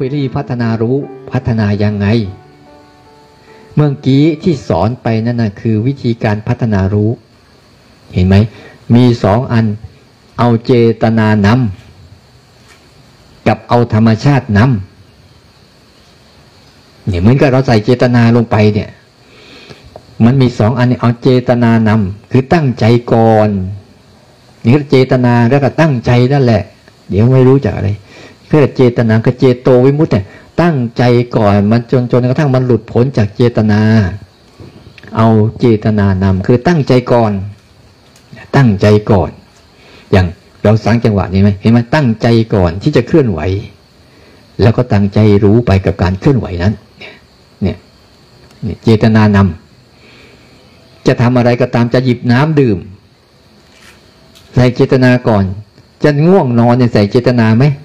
รีพัฒนารู้พัฒนายังไงเมื่อกี้ที่สอนไปนั่นนะคือวิธีการพัฒนารู้เห็นไหมมีสองอันเอาเจตนานำกับเอาธรรมชาตินำเนี่ยเหมือนกับเราใส่เจตนาลงไปเนี่ยมันมีสองอันนี้เอาเจตนานำคือตั้งใจก่อนนี่ก็เจตนาแล้วก็ตั้งใจนั่นแหละเดี๋ยวไม่รู้จักอะไรก็เจตนาก็เจโตวิมุตติเนี่ยตั้งใจก่อนมันจนกระทั่งมันหลุดพ้นจากเจตนาเอาเจตนานำคือตั้งใจก่อนตั้งใจก่อนอย่างเราสร้างจังหวะนี้ไหมเห็นไหมตั้งใจก่อนที่จะเคลื่อนไหวแล้วก็ตั้งใจรู้ไปกับการเคลื่อนไหวนั้นเนี่ยเจตนานำจะทำอะไรก็ตามจะหยิบน้ำดื่มใส่เจตนาก่อนจะง่วงนอนเนี่ยใส่เจตนาไหม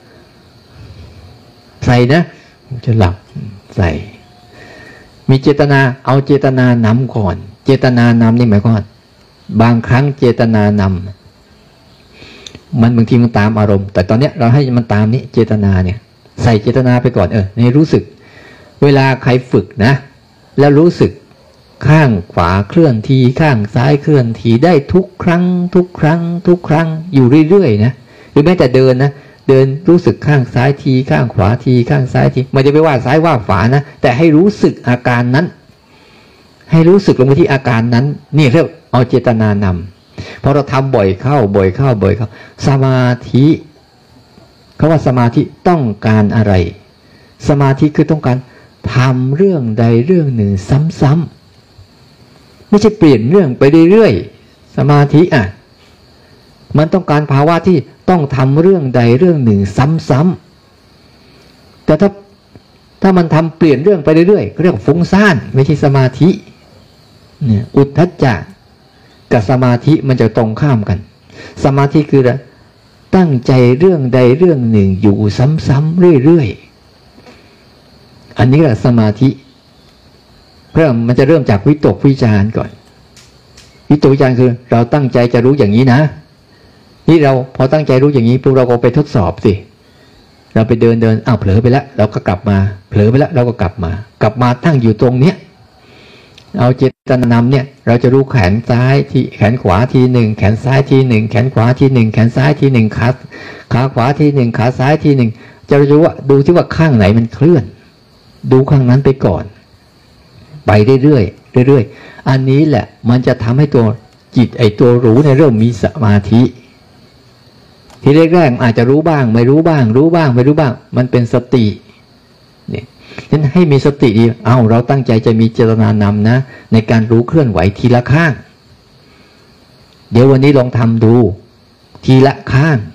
ใส่นะจะหลับใส่มีเจตนาเอาเจตนานำก่อนเจตนานำนี่หมายความว่าบางครั้งเจตนานำมันบางทีมันตามอารมณ์แต่ตอนนี้เราให้มันตามนี้เจตนาเนี่ยใส่เจตนาไปก่อนนี่รู้สึกเวลาใครฝึกนะแล้วรู้สึกข้างขวาเคลื่อนทีข้างซ้ายเคลื่อนทีได้ทุกครั้งอยู่เรื่อยๆนะหรือแม้แต่เดินนะเดินรู้สึกข้างซ้ายทีข้างขวาทีข้างซ้ายทีไม่ได้ไปว่าซ้ายว่าขวานะแต่ให้รู้สึกอาการนั้นให้รู้สึกลงไปที่อาการนั้นนี่เรียกเอาเจตนานำพอเราทำบ่อยเข้าสมาธิเขาว่าสมาธิต้องการอะไรสมาธิคือต้องการทำเรื่องใดเรื่องหนึ่งซ้ำๆไม่ใช่เปลี่ยนเรื่องไปเรื่อยๆสมาธิมันต้องการภาวะที่ต้องทำเรื่องใดเรื่องหนึ่งซ้ำๆแต่ถ้ามันทำเปลี่ยนเรื่องไปเรื่อยๆเรียกฟุ้งซ่านไม่ใช่สมาธิเนี่ยอุทธัจจะกับสมาธิมันจะตรงข้ามกันสมาธิคือตั้งใจเรื่องใดเรื่องหนึ่งอยู่ซ้ำๆเรื่อยๆอันนี้แหละสมาธิเพราะมันจะเริ่มจากวิตกวิจารก่อนวิตกวิจารคือเราตั้งใจจะรู้อย่างนี้นะนี่เราพอตั้งใจรู้อย่างนี้พวกเราก็ไปทดสอบสิเราไปเดินเผลอไปแล้วเราก็กลับมาเผลอไปแล้วเราก็กลับมาตั้งอยู่ตรงเนี้ยเอาเจตนานำเนี่ยเราจะรู้แขนซ้ายที่แขนขวาทีหนึ่งแขนซ้ายทีหนึ่งแขนขวาทีหนึ่งแขนซ้ายทีหนึ่งขาขวาทีหนึ่งขาซ้ายทีหนึ่งจะรู้ว่าดูที่ว่าข้างไหนมันเคลื่อนดูข้างนั้นไปก่อนไปเรื่อยๆอันนี้แหละมันจะทำให้ตัวจิตตัวรู้ในเริ่มมีสมาธิทีแรกๆอาจจะรู้บ้างไม่รู้บ้างรู้บ้างไม่รู้บ้างมันเป็นสติเนี่ยฉะนั้นให้มีสติดีเราตั้งใจจะมีเจตนานำนะในการรู้เคลื่อนไหวทีละข้างเดี๋ยววันนี้ลองทำดูทีละข้าง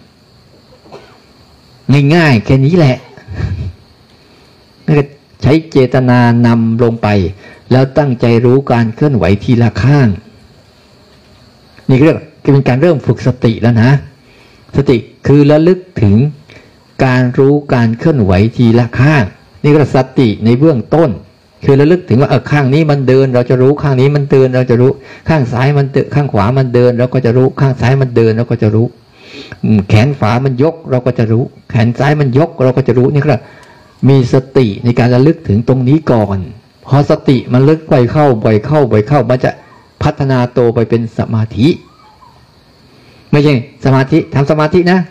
ง่ายๆแค่นี้แหละนี่ก็ใช้เจตนานำลงไปแล้วตั้งใจรู้การเคลื่อนไหวทีละข้างนี่เรียกเป็นการเริ่มฝึกสติแล้วนะสติคือระลึกถึงการรู้การเคลื่อนไหวทีละข้างนี่ก็สติในเบื้องต้นคือระลึกถึงว่าข้างนี้มันเดินเราจะรู้ข้างนี้มันเดินเราจะรู้ข้างซ้ายมันเดินข้างขวามันเดินเราก็จะรู้ข้างซ้ายมันเดินเราก็จะรู้แขนขวามันยกเราก็จะรู้แขนซ้ายมันยกเราก็จะรู้นี่ก็มีสติในการระลึกถึงตรงนี้ก่อนพอสติมันลึกบ่อยเข้ามันจะพัฒนาโตไปเป็นสมาธิไม่ใช่สมาธิทำสมาธินะ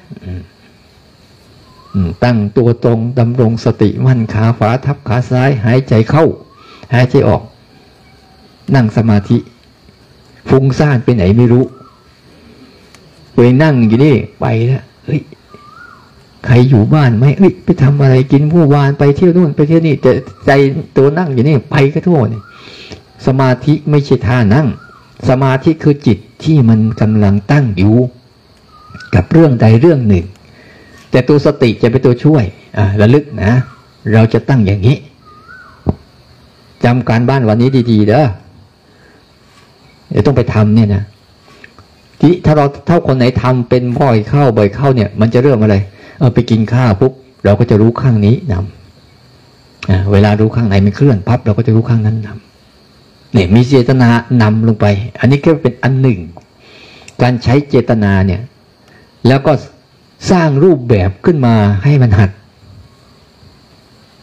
ตั้งตัวตรงดำรงสติมั่นขาขวาทับขาซ้ายหายใจเข้าหายใจออกนั่งสมาธิฟุ้งซ่านไปไหนไม่รู้ตัวเองนั่งอยู่นี่ไปแล้วใครอยู่บ้านไหมไปทำอะไรกินผู้วานไปเที่ยวนู่นไปเที่ยวนี่แต่ใจตัวนั่งอยู่นี่ไปก็ทั่วนี่สมาธิไม่ใช่ท่านั่งสมาธิคือจิตที่มันกำลังตั้งอยู่กับเรื่องใดเรื่องหนึ่งแต่ตัวสติจะเป็นตัวช่วยระลึกนะเราจะตั้งอย่างนี้จำการบ้านวันนี้ดีๆเด้อเดี๋ยวต้องไปทำเนี่ยนะที่ถ้าคนไหนทำเป็นบ่อยเข้าเนี่ยมันจะเริ่มอะไรไปกินข้าวปุ๊บเราก็จะรู้ข้างนี้นำเวลารู้ข้างไหนมันเคลื่อนพับเราก็จะรู้ข้างนั้นนำเนี่ยมีเจตนานำลงไปอันนี้ก็เป็นอันหนึ่งการใช้เจตนาเนี่ยแล้วก็สร้างรูปแบบขึ้นมาให้มันหัด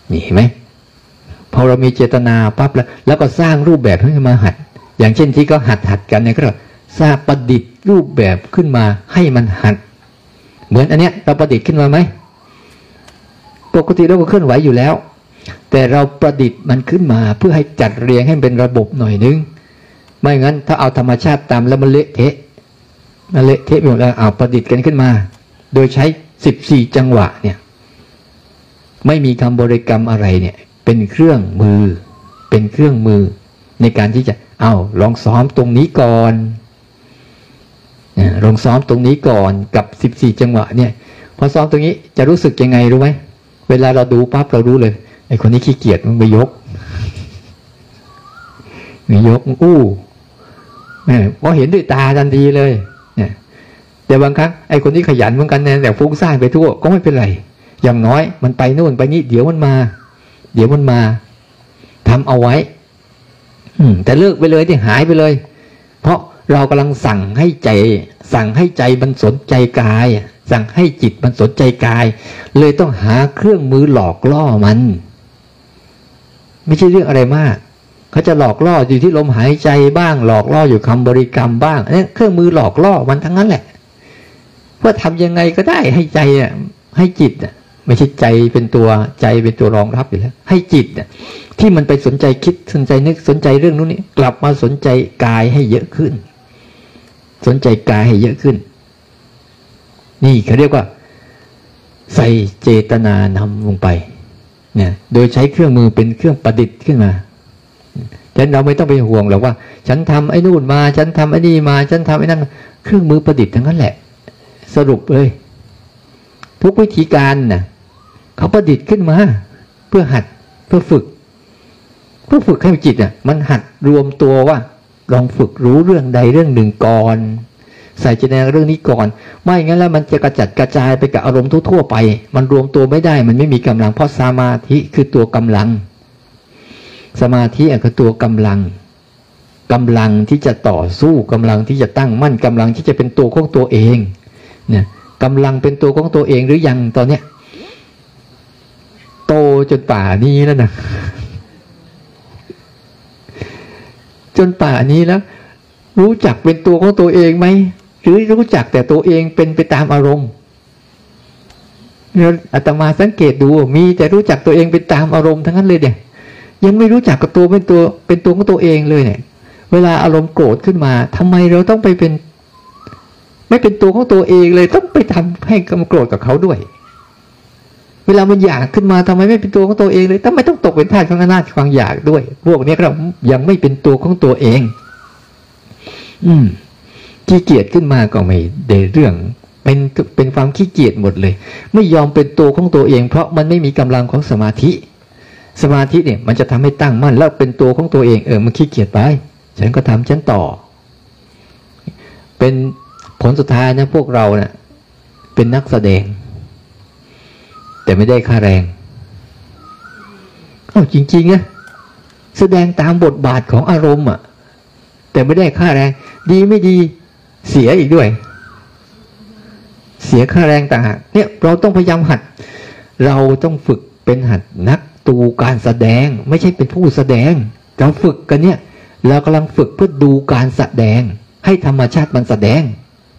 นี่เห็นไหมพอเรามีเจตนาปั๊บแล้วก็สร้างรูปแบบให้มาหัดอย่างเช่นที่เขาหัดกันเนี่ยก็สร้างประดิษฐ์รูปแบบขึ้นมาให้มันหัดเหมือนอันเนี้ยเราประดิษฐ์ขึ้นมาไหมปกติเราก็เคลื่อนไหวอยู่แล้วแต่เราประดิษฐ์มันขึ้นมาเพื่อให้จัดเรียงให้เป็นระบบหน่อยนึงไม่งั้นถ้าเอาธรรมชาติตามแล้วมันเละเทะไปหมดแล้วเอาประดิษฐ์กันขึ้นมาโดยใช้14จังหวะเนี่ยไม่มีคำบริกรรมอะไรเนี่ยเป็นเครื่องมือในการที่จะลองซ้อมตรงนี้ก่อนลองซ้อมตรงนี้ก่อนกับ14จังหวะเนี่ยพอซ้อมตรงนี้จะรู้สึกยังไงรู้ไหมเวลาเราดูปั๊บเรารู้เลยไอ้คนนี้ขี้เกียจมันไปยกพอเห็นด้วยตาทันทีเลยเนี่ยแต่บางครั้งไอ้คนที่ขยันเหมือนกันเนี่ยแต่ฟุ้งซ่านไปทั่วก็ไม่เป็นไรอย่างน้อยมันไปโน่นไปนี่เดี๋ยวมันมาทำเอาไว้แต่เลิกไปเลยที่หายไปเลยเพราะเรากำลังสั่งให้ใจมันสนใจกายสั่งให้จิตมันสนใจกายเลยต้องหาเครื่องมือหลอกล่อมันไม่ใช่เรื่องอะไรมากเขาจะหลอกล่ออยู่ที่ลมหายใจบ้างหลอกล่ออยู่คำบริกรรมบ้างนี่เครื่องมือหลอกล่อมันทั้งนั้นแหละเพื่อทำยังไงก็ได้ให้ใจให้จิตไม่ใช่ใจเป็นตัวรองรับอยู่แล้วให้จิตที่มันไปสนใจคิดสนใจนึกสนใจเรื่องนู้นนี่กลับมาสนใจกายให้เยอะขึ้นสนใจกายให้เยอะขึ้นนี่เขาเรียกว่าใส่เจตนานำลงไปเนี่ยโดยใช้เครื่องมือเป็นเครื่องประดิษฐ์ขึ้นมาฉะนั้นเราไม่ต้องไปห่วงหรอกว่าฉันทำไอ้นู่นมาฉันทำไอ้นี่มาฉันทำไอ้นั่นเครื่องมือประดิษฐ์ทั้งนั้นแหละสรุปเลยทุกวิธีการน่ะเขาประดิษฐ์ขึ้นมาเพื่อหัดเพื่อฝึกให้จิตมันหัดรวมตัวว่าลองฝึกรู้เรื่องใดเรื่องหนึ่งก่อนใส่ใจในเรื่องนี้ก่อนไม่งั้นแล้วมันจะกระจัดกระจายไปกับอารมณ์ทั่วๆไปมันรวมตัวไม่ได้มันไม่มีกำลังเพราะสมาธิคือตัวกำลังสมาธิคือตัวกำลังที่จะต่อสู้กำลังที่จะตั้งมั่นกำลังที่จะเป็นตัวของตัวเองเนี่ยกำลังเป็นตัวของตัวเองหรือยังตอนเนี้ยโตจนป่านี้แล้วนะจนป่านี้แล้วรู้จักเป็นตัวของตัวเองไหมหรือรู้จักแต่ตัวเองเป็นไปตามอารมณ์อาตมาสังเกตดูมีแต่รู้จักตัวเองเป็นตามอารมณ์ทั้งนั้นเลยเนี่ยยังไม่รู้จักกับตัวเป็นตัวของตัวเองเลยเนี่ยเวลาอารมณ์โกรธขึ้นมาทำไมเราต้องไปเป็นไม่เป็นตัวของตัวเองเลยต้องไปทำให้กำโกรธกับเขาด้วยเวลามันอยากขึ้นมาทำไมไม่เป็นตัวของตัวเองเลยทำไมต้องตกเป็นทาสของอำนาจความอยากด้วยพวกนี้เรายังไม่เป็นตัวของตัวเองขี้เกียจขึ้นมาก็ไม่ได้เรื่องเป็นความขี้เกียจหมดเลยไม่ยอมเป็นตัวของตัวเองเพราะมันไม่มีกำลังของสมาธิเนี่ยมันจะทำให้ตั้งมั่นแล้วเป็นตัวของตัวเองมันขี้เกียจไปฉันก็ทำฉันต่อเป็นผลสุดท้ายนะพวกเราเนี่ยเป็นนักแสดงแต่ไม่ได้ค่าแรงจริงๆนะแสดงตามบทบาทของอารมณ์แต่ไม่ได้ค่าแรงดีไม่ดีเสียอีกด้วยเสียค่าแรงต่างหากเนี่ยเราต้องพยายามหัดเราต้องฝึกเป็นหัดนักดูการแสดงไม่ใช่เป็นผู้แสดงเราฝึกกันเนี่ยเรากำลังฝึกเพื่อดูการแสดงให้ธรรมชาติมันแสดง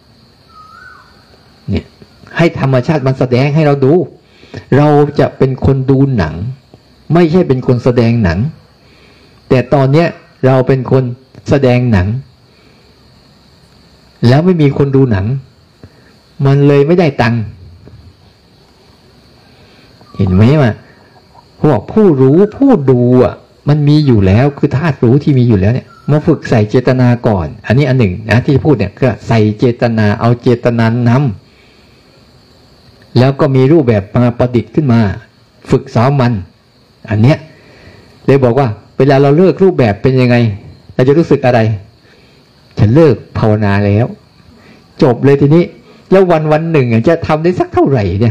เนี่ยให้ธรรมชาติมันแสดงให้เราดูเราจะเป็นคนดูหนังไม่ใช่เป็นคนแสดงหนังแต่ตอนเนี้ยเราเป็นคนแสดงหนังแล้วไม่มีคนดูหนังมันเลยไม่ได้ตังค์เห็นไหมว่าพวกผู้รู้ผู้ดูมันมีอยู่แล้วคือธาตุรู้ที่มีอยู่แล้วเนี่ยมาฝึกใส่เจตนาก่อนอันนี้อันหนึ่งนะที่พูดเนี่ยก็ใส่เจตนาเอาเจตนานำแล้วก็มีรูปแบบมาประดิษฐ์ขึ้นมาฝึกซ้อมมันอันเนี้ยเลยบอกว่าเวลาเราเลิกรูปแบบเป็นยังไงเราจะรู้สึกอะไรฉันเลิกภาวนาแล้วจบเลยทีนี้แล้ววันหนึ่งจะทำได้สักเท่าไหร่เนี่ย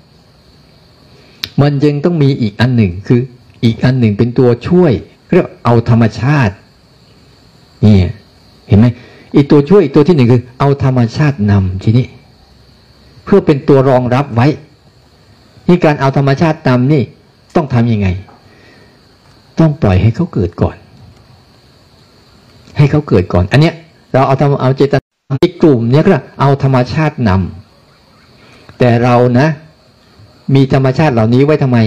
มันยังต้องมีอีกอันหนึ่งคืออีกอันหนึ่งเป็นตัวช่วยเรียกเอาธรรมชาตินี่เห็นไหมอีกตัวช่วยอีกตัวที่หนึ่งคือเอาธรรมชาตินำทีนี้เพื่อเป็นตัวรองรับไว้นี่การเอาธรรมชาตินำนี่ต้องทำยังไงต้องปล่อยให้เขาเกิดก่อนให้เขาเกิดก่อนอันเนี้ยเราเอาเจตนาในกลุ่มเนี้ยก็เอาธรรมชาตินำแต่เรานะมีธรรมชาติเหล่านี้ไว้ทำไม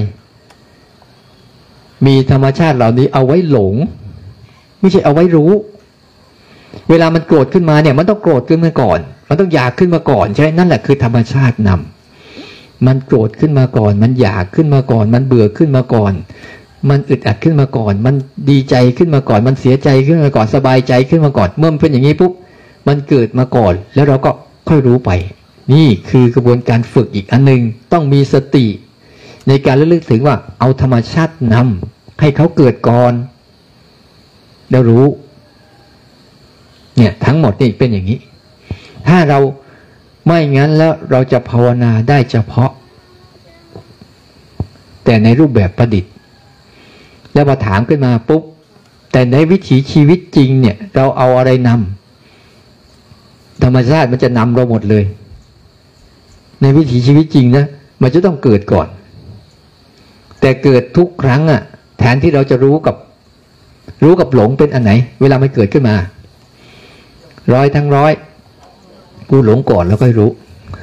มีธรรมชาติเหล่านี้เอาไว้หลงไม่ใช่เอาไว้รู้เวลามันโกรธขึ้นมาเนี่ยมันต้องโกรธขึ้นมาก่อนมันต้องอยากขึ้นมาก่อนใช่ไหมนั่นแหละคือธรรมชาตินำมันโกรธขึ้นมาก่อนมันอยากขึ้นมาก่อนมันเบื่อขึ้นมาก่อนมันอึดอัดขึ้นมาก่อนมันดีใจขึ้นมาก่อนมันเสียใจขึ้นมาก่อนสบายใจขึ้นมาก่อนเมื่อมันเป็นอย่างนี้ปุ๊บมันเกิดมาก่อนแล้วเราก็ค่อยรู้ไปนี่คือกระบวนการฝึกอีกอันนึงต้องมีสติในการระลึกถึงว่าเอาธรรมชาตินำให้เขาเกิดก่อนแล้วรู้เนี่ยทั้งหมดนี่เป็นอย่างนี้ถ้าเราไม่งั้นแล้วเราจะภาวนาได้เฉพาะแต่ในรูปแบบประดิษฐ์แล้วพอถามขึ้นมาปุ๊บแต่ในวิถีชีวิตจริงเนี่ยเราเอาอะไรนำธรรมชาติมันจะนำเราหมดเลยในวิถีชีวิตจริงนะมันจะต้องเกิดก่อนแต่เกิดทุกครั้งอ่ะแทนที่เราจะรู้กับหลงเป็นอันไหนเวลามันเกิดขึ้นมาร้อยทั้งร้อยกูหลงก่อนแล้วค่อยรู้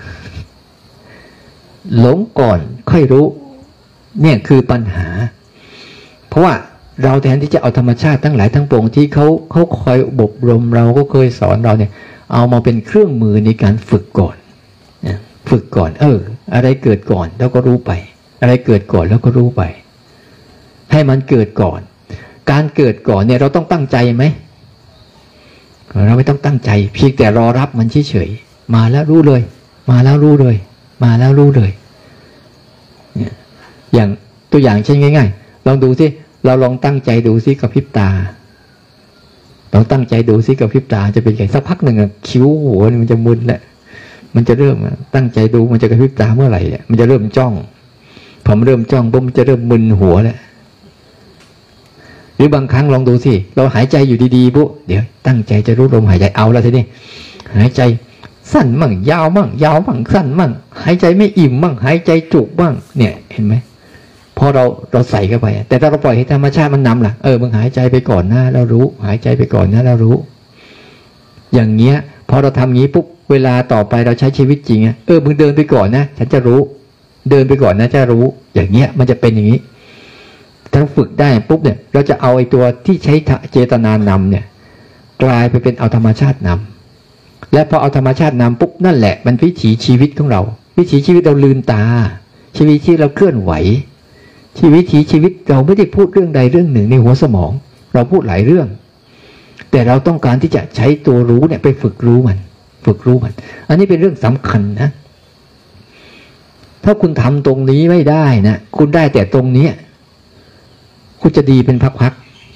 หลงก่อนค่อยรู้เนี่ยคือปัญหาเพราะว่าเราแทนที่จะเอาธรรมชาติทั้งหลายทั้งปวงที่เขาคอยอบรมเราก็เคยสอนเราเนี่ยเอามาเป็นเครื่องมือในการฝึกก่อนฝึกก่อนอะไรเกิดก่อนแล้วก็รู้ไปอะไรเกิดก่อนแล้วก็รู้ไปให้มันเกิดก่อนการเกิดก่อนเนี่ยเราต้องตั้งใจไหมเราไม่ต้องตั้งใจเพียงแต่รอรับมันเฉยๆมาแล้วรู้เลยมาแล้วรู้เลยมาแล้วรู้เลยเนี่ยอย่างตัวอย่างเช่นง่ายๆลองดูสิเราลองตั้งใจดูสิกับพริบตาลองตั้งใจดูสิกับพริบตาจะเป็นไงสักพักหนึ่งคิ้วหัวมันจะมึนแหละมันจะเริ่มตั้งใจดูมันจะกระพริบตาเมื่อไหร่มันจะเริ่มจ้องพอมันเริ่มจ้องปุ๊บมันจะเริ่มมึนหัวแล้วหรือบางครั้งลองดูสิเราหายใจอยู่ดีๆปุ๊บเดี๋ยวตั้งใจจะรู้ลมหายใจเอาแล้วทีนี้หายใจสั้นมั่งยาวมั่งยาวมั่งสั้นมั่งหายใจไม่อิ่มมั่งหายใจจุกบ้างเนี่ยเห็นไหมพอเราใส่เข้าไปแต่ถ้าเราปล่อยให้ธรรมชาติมันนำล่ะมึงหายใจไปก่อนนะแล้วรู้หายใจไปก่อนนะแล้วรู้อย่างเงี้ยพอเราทำงี้ปุ๊บเวลาต่อไปเราใช้ชีวิตจริงมึงเดินไปก่อนนะฉันจะรู้เดินไปก่อนนะจะรู้อย่างเงี้ยมันจะเป็นอย่างนี้ถ้าฝึกได้ปุ๊บเนี่ยเราจะเอาไอ้ตัวที่ใช้เจตนานำเนี่ยกลายไปเป็นเอาธรรมชาตินำและพอเอาธรรมชาตินำปุ๊บนั่นแหละมันวิถีชีวิตของเราวิถีชีวิตเราลืมตาชีวิตที่เราเคลื่อนไหวชีวิตเราไม่ได้พูดเรื่องใดเรื่องหนึ่งในหัวสมองเราพูดหลายเรื่องแต่เราต้องการที่จะใช้ตัวรู้เนี่ยไปฝึกรู้มันอันนี้เป็นเรื่องสำคัญนะถ้าคุณทำตรงนี้ไม่ได้นะคุณได้แต่ตรงนี้คุณจะดีเป็นพัก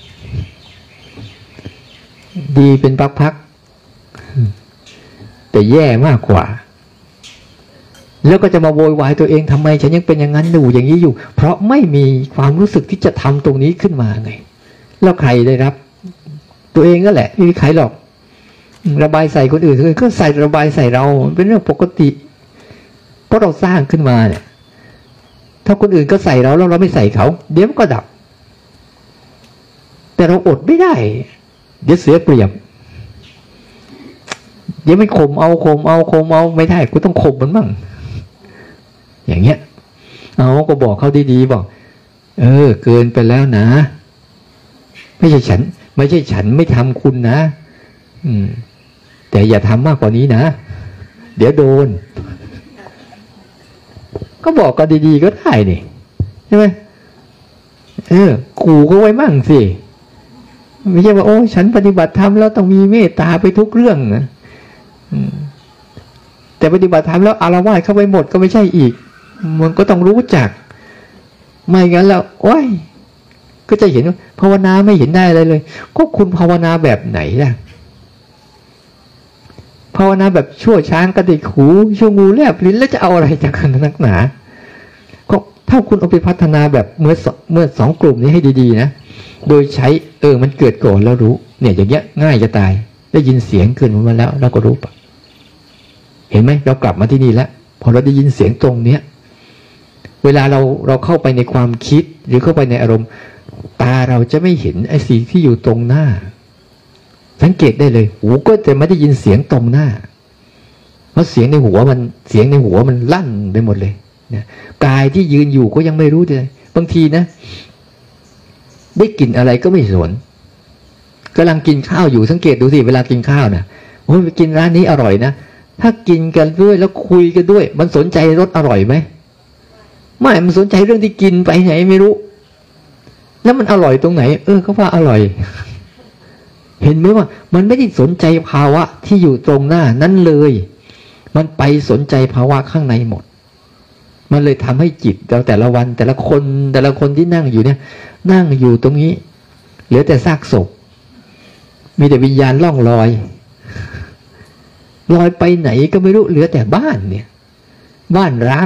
ๆดีเป็นพักๆแต่แย่มากกว่าแล้วก็จะมาโวยวายตัวเองทำไมฉันยังเป็นอย่างนั้นอยู่อย่างนี้อยู่เพราะไม่มีความรู้สึกที่จะทำตรงนี้ขึ้นมาไงแล้วใครได้รับตัวเองนั่นแหละไม่มีใครหรอกระบายใส่คนอื่นก็ใส่ระบายใส่เราเป็นเรื่องปกติเพราะเราสร้างขึ้นมาเนี่ยถ้าคนอื่นก็ใส่เราแล้วเราไม่ใส่เขาเดี๋ยวมันก็ดับแต่เราอดไม่ได้เดี๋ยวเสียเปรียบเดี๋ยวไม่ข่มเอาไม่ได้กูต้องข่มมันบ้างอย่างเงี้ยก็บอกเขาดีๆบอกเกินไปแล้วนะไม่ใช่ฉันไม่ทำคุณนะแต่อย่าทำมากกว่านี้นะเดี๋ยวโดนก็บอกกันดีๆก็ได้นี่ใช่ไหมขู่ก็ไว้มั่งสิไม่ใช่ว่าฉันปฏิบัติธรรมแล้วต้องมีเมตตาไปทุกเรื่องนะแต่ปฏิบัติธรรมแล้วอาละวาดเข้าไปหมดก็ไม่ใช่อีกมันก็ต้องรู้จักไม่งั้นแล้วก็จะเห็นว่าภาวนาไม่เห็นได้อะไรเลยก็คุณภาวนาแบบไหนล่ะภาวนาแบบชั่วช้างกระดิกหูชั่วงูแลบลิ้นแล้วจะเอาอะไรจากกันนักหนาก็ถ้าคุณเอาไปพัฒนาแบบเมื่อสองกลุ่มนี้ให้ดีๆนะโดยใช้มันเกิดก่อนแล้วรู้เนี่ยอย่างเงี้ยง่ายจะตายได้ยินเสียงขึ้นมาแล้วเราก็รู้ปะเห็นไหมเรากลับมาที่นี่แล้วพอเราได้ยินเสียงตรงเนี้ยเวลาเราเข้าไปในความคิดหรือเข้าไปในอารมณ์ตาเราจะไม่เห็นไอ้สิ่งที่อยู่ตรงหน้าสังเกตได้เลยหูก็จะไม่ได้ยินเสียงตรงหน้าเพราะเสียงในหัวมันลั่นไปหมดเลยนะกายที่ยืนอยู่ก็ยังไม่รู้เลยบางทีนะได้กลิ่นอะไรก็ไม่สนกำลังกินข้าวอยู่สังเกตดูสิเวลากินข้าวนะโอ้ยไปกินร้านนี้อร่อยนะถ้ากินกันด้วยแล้วคุยกันด้วยมันสนใจรสอร่อยไหมไม่มันสนใจเรื่องที่กินไปไหนไม่รู้แล้วมันอร่อยตรงไหนเขาว่าอร่อยเห็นไหมว่ามันไม่ได้สนใจภาวะที่อยู่ตรงหน้านั้นเลยมันไปสนใจภาวะข้างในหมดมันเลยทำให้จิตเราแต่ละวันแต่ละคนที่นั่งอยู่เนี่ยนั่งอยู่ตรงนี้เหลือแต่ซากศพมีแต่วิญญาณล่องลอยไปไหนก็ไม่รู้เหลือแต่บ้านเนี่ยบ้านร้าง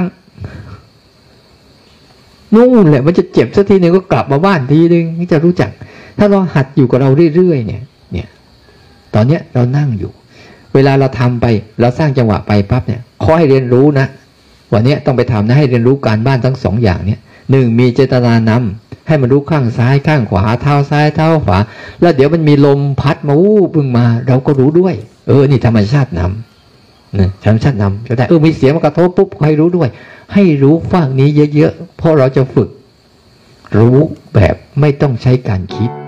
นู่นแหละมันจะเจ็บสักทีนึงก็กลับมาบ้านทีนึงนี่จะรู้จักถ้าเราหัดอยู่กับเราเรื่อยๆเนี่ยตอนเนี้ยเรานั่งอยู่เวลาเราทำไปเราสร้างจังหวะไปปั๊บเนี่ยขอให้เรียนรู้นะวันนี้ต้องไปทำนะให้เรียนรู้การบ้านทั้งสองอย่างเนี่ยหนึ่งมีเจตนานำให้มันรู้ข้างซ้ายข้างขวาเท้าซ้ายเท้าขวาแล้วเดี๋ยวมันมีลมพัดมาบึ้งมาเราก็รู้ด้วยนี่ธรรมชาตินำนะธรรมชาตินำก็ได้มีเสียงมากระทบปุ๊บให้รู้ด้วยให้รู้ฝั่งนี้เยอะๆเพราะเราจะฝึกรู้แบบไม่ต้องใช้การคิด